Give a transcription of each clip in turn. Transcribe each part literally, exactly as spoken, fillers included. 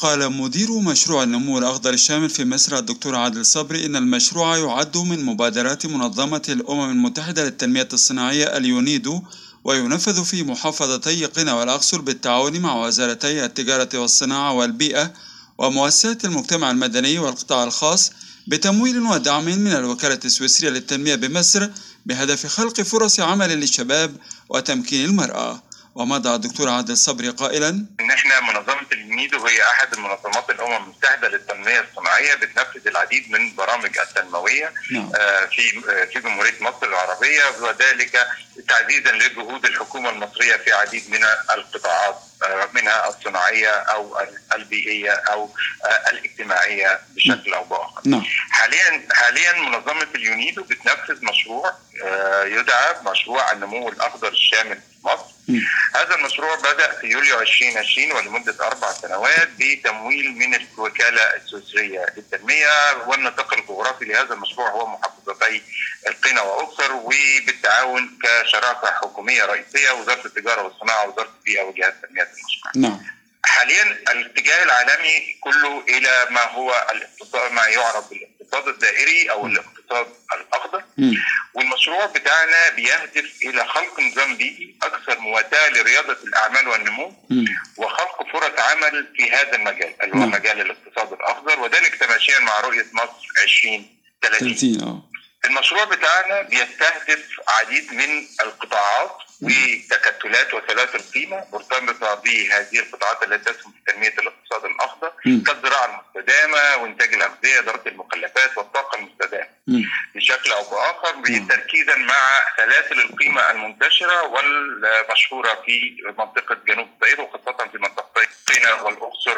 قال مدير مشروع النمو الأخضر الشامل في مصر الدكتور عادل صبري إن المشروع يعد من مبادرات منظمة الأمم المتحدة للتنمية الصناعية اليونيدو، وينفذ في محافظتي قنا والأقصر بالتعاون مع وزارتي التجارة والصناعة والبيئة ومؤسسات المجتمع المدني والقطاع الخاص بتمويل ودعم من الوكالة السويسرية للتنمية بمصر بهدف خلق فرص عمل للشباب وتمكين المرأة. ومضى الدكتور عادل صبري قائلا ان احنا منظمه اليونيدو هي احد المنظمات الامم المتحده للتنميه الصناعيه، بتنفذ العديد من البرامج التنمويه نعم. في في جمهوريه مصر العربيه، وذلك تعزيزا لجهود الحكومه المصريه في عديد من القطاعات، منها الصناعيه او البيئيه او الاجتماعيه بشكل او باخر. نعم. حاليا حاليا منظمه اليونيدو بتنفذ مشروع يدعى مشروع النمو الاخضر الشامل في مصر. هذا المشروع بدأ في يوليو ألفين وعشرين ولمدة أربع سنوات بتمويل من الوكالة السويسرية للتنمية، والنطاق الجغرافي لهذا المشروع هو محافظتي قنا وأقصر، وبالتعاون كشراكة حكومية رئيسية وزارة التجارة والصناعة ووزارة البيئة وجهاز تنمية المشروع. نعم. حاليا الاتجاه العالمي كله إلى ما هو الاقتصاد، ما يعرف بالاقتصاد الدائري أو الاقتصاد الأخضر. م. والمشروع بتاعنا بيهدف إلى خلق نظام بيئي أكثر مواتاة لرياضة الأعمال والنمو م. وخلق فرص عمل في هذا المجال اللي هو نعم. مجال الاقتصاد الأخضر، وذلك تماشيا مع رؤية مصر عشرين ثلاثين. المشروع بتاعنا بيستهدف عديد من القطاعات وتكتلات وثلاث القيمة مرتبطة بهذه القطاعات التي تسهم في تنمية الاقتصاد الأخضر كالزراعة المستدامة وإنتاج الأغذية، إدارة المخلفات والطاقة المستدامة بشكل أو بآخر، تركيزا مع سلاسل القيمة المنتشرة والمشهورة في منطقة جنوب الصعيد وخاصة في منطقتي قنا والأقصر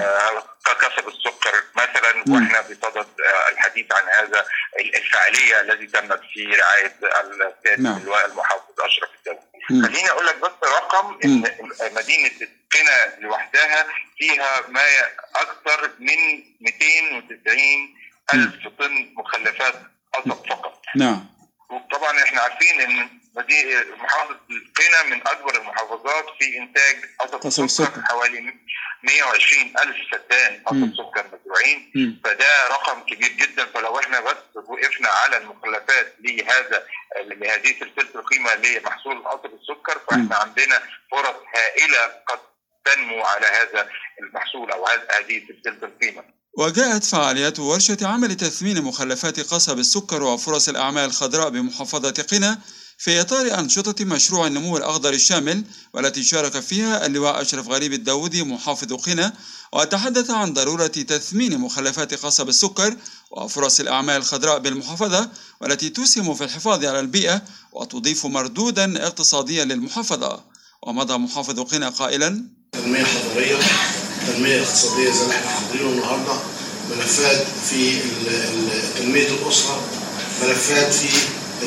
كقصب السكر مثلا. واحنا بصدد الحديث عن هذا الفعالية التي تمت في رعاية السيد اللواء المحافظ أشرف الدولي. خليني أقول لك بس رقم، إن مدينة قنا لوحدها فيها ما أكثر من مئتين وتسعين ألف طن مخلفات قصب فقط. نعم. وطبعا احنا عارفين ان محافظة قنا من أكبر المحافظات في إنتاج قصب السكر، حوالي مئة وعشرين ألف فدان قصب سكر مزروعين، فده رقم كبير جدا. فلو احنا بس وقفنا على المخلفات لهذا لهذه سلسلة القيمة لمحصول قصب السكر، فاحنا عندنا فرص هائلة قد تنمو على هذا المحصول أو هذه سلسلة القيمة. وجاءت فعاليات ورشة عمل تثمين مخلفات قصب السكر وفرص الأعمال الخضراء بمحافظة قنا في إطار أنشطة مشروع النمو الأخضر الشامل، والتي شارك فيها اللواء أشرف غريب الداودي محافظ قنا، وتحدث عن ضرورة تثمين مخلفات قصب السكر وفرص الأعمال الخضراء بالمحافظة، والتي تسهم في الحفاظ على البيئة وتضيف مردودا اقتصاديا للمحافظة. ومضى محافظ قنا قائلا تنمية حضرية، تنمية اقتصادية زي ما احنا حاضرينه النهارده، ملفات في تنمية الأسرة، ملفات في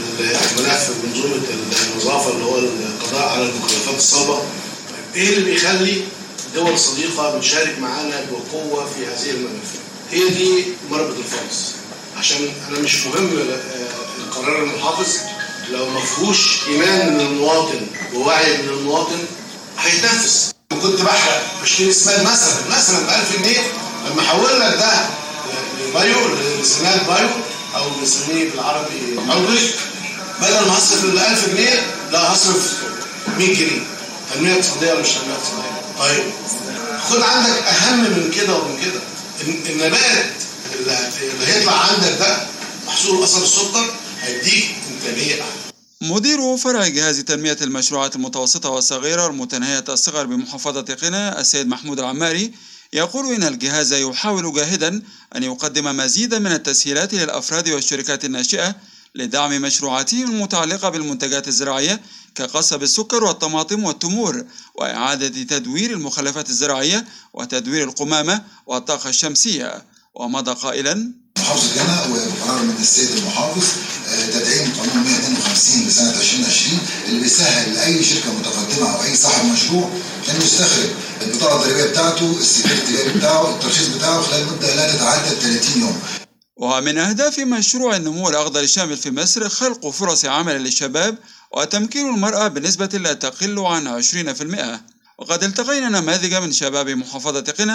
الملف منظومة النظافة اللي هو القضاء على المخلفات الصلبة. ايه اللي بيخلي الدول الصديقة بتشارك معانا بقوة في هذه الملفات؟ هي دي مربط الفرس، عشان انا مش مهم القرار المحافظ لو ما فيهوش ايمان من المواطن ووعي من المواطن هيتنفذ. كنت بحرق بشتري اسماد مثلا مثلا ب ألف جنيه، لما احول لك ده لبايو لسماد بايو او بنسميه بالعربي اورجانيك، بدل ما هصرف ال ألف جنيه لا هصرف مئة جنيه. تنميه اقتصاديه ولا مش تنميه اقتصاديه؟ طيب خد عندك اهم من كده ومن كده، النبات اللي هيطلع عندك ده محصول قصب السكر هيديك انتاجيه اعلى. مدير فرع جهاز تنمية المشروعات المتوسطة والصغيرة المتناهية الصغر بمحافظة قنا السيد محمود العماري يقول إن الجهاز يحاول جاهدا أن يقدم مزيدا من التسهيلات للأفراد والشركات الناشئة لدعم مشروعاتهم المتعلقة بالمنتجات الزراعية كقصب السكر والطماطم والتمور، وإعادة تدوير المخلفات الزراعية وتدوير القمامة والطاقة الشمسية. ومضى قائلا محافظة قنا وبقرار من السيد المحافظ تدعيم قانون مئة واثنين وخمسين لسنة ألفين وعشرين اللي بيسهل لأي شركة متقدمة أو أي صاحب مشروع أن يستخرج البطاقة الضريبية بتاعته، السجل التجاري بتاعه، الترخيص بتاعه خلال مدة لا تتعدى ثلاثين يوم. ومن أهداف مشروع النمو الأخضر الشامل في مصر خلق فرص عمل للشباب وتمكين المرأة بنسبة لا تقل عن عشرين بالمئة. وقد التقينا نماذج من شباب محافظة قنا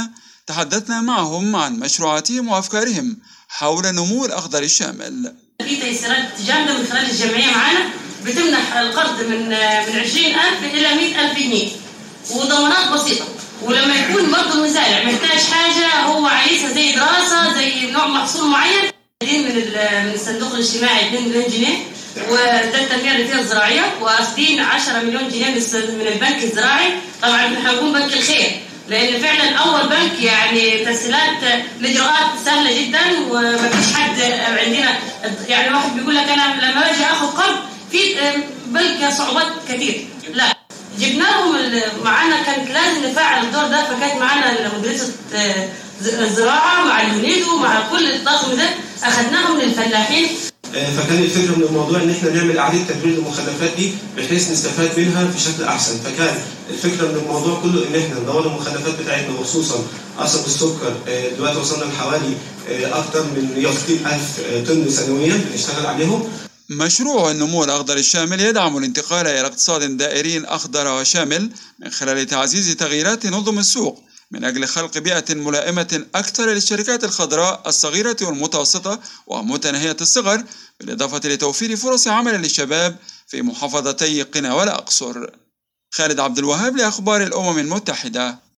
تحدثنا معهم عن مشروعاتهم وأفكارهم حول نمو الأخضر الشامل. في تيسيرات جامدة من خلال الجمعية معنا بتمنح القرض من من عشرين ألف إلى مئة ألف جنيه وضمانات بسيطة. ولما يكون برضه المزارع محتاج حاجة هو عايزها زي دراسة زي نوع محصول معين من من الصندوق الاجتماعي اثنين مليون جنيه وده التنمية الريفية الزراعية وقاصدين عشرة مليون جنيه من البنك الزراعي. طبعا احنا هنكون بنك الخير لأن فعلا أول بنك يعني تسهيلات الإجراءات سهلة جدا ومفيش حد عندنا يعني واحد بيقول لك أنا لما باجي آخذ قرض في بلقى صعوبات كثير. لا جبنا لهم معانا كانت لازم نفعل الدور ده فكانت معانا مدرسة الزراعة مع اليونيدو مع كل الطاقم ده أخذناهم للفلاحين. فكان الفكرة من الموضوع إن إحنا نعمل إعادة تدوير المخلفات دي بحيث نستفاد منها في شكل أحسن. فكان الفكرة من الموضوع كله إن إحنا ندور المخلفات بتاعتنا وخصوصا قصب السكر. دلوقتي وصلنا لحوالي أكثر من مئة وستين ألف طن سنويا بنشتغل عليهم. مشروع النمو الأخضر الشامل يدعم الانتقال إلى اقتصاد دائري أخضر وشامل من خلال تعزيز تغييرات نظم السوق من أجل خلق بيئة ملائمة أكثر للشركات الخضراء الصغيرة والمتوسطة ومتناهية الصغر، بالإضافة لتوفير فرص عمل للشباب في محافظتي قنا والأقصر. خالد عبد الوهاب لأخبار الأمم المتحدة.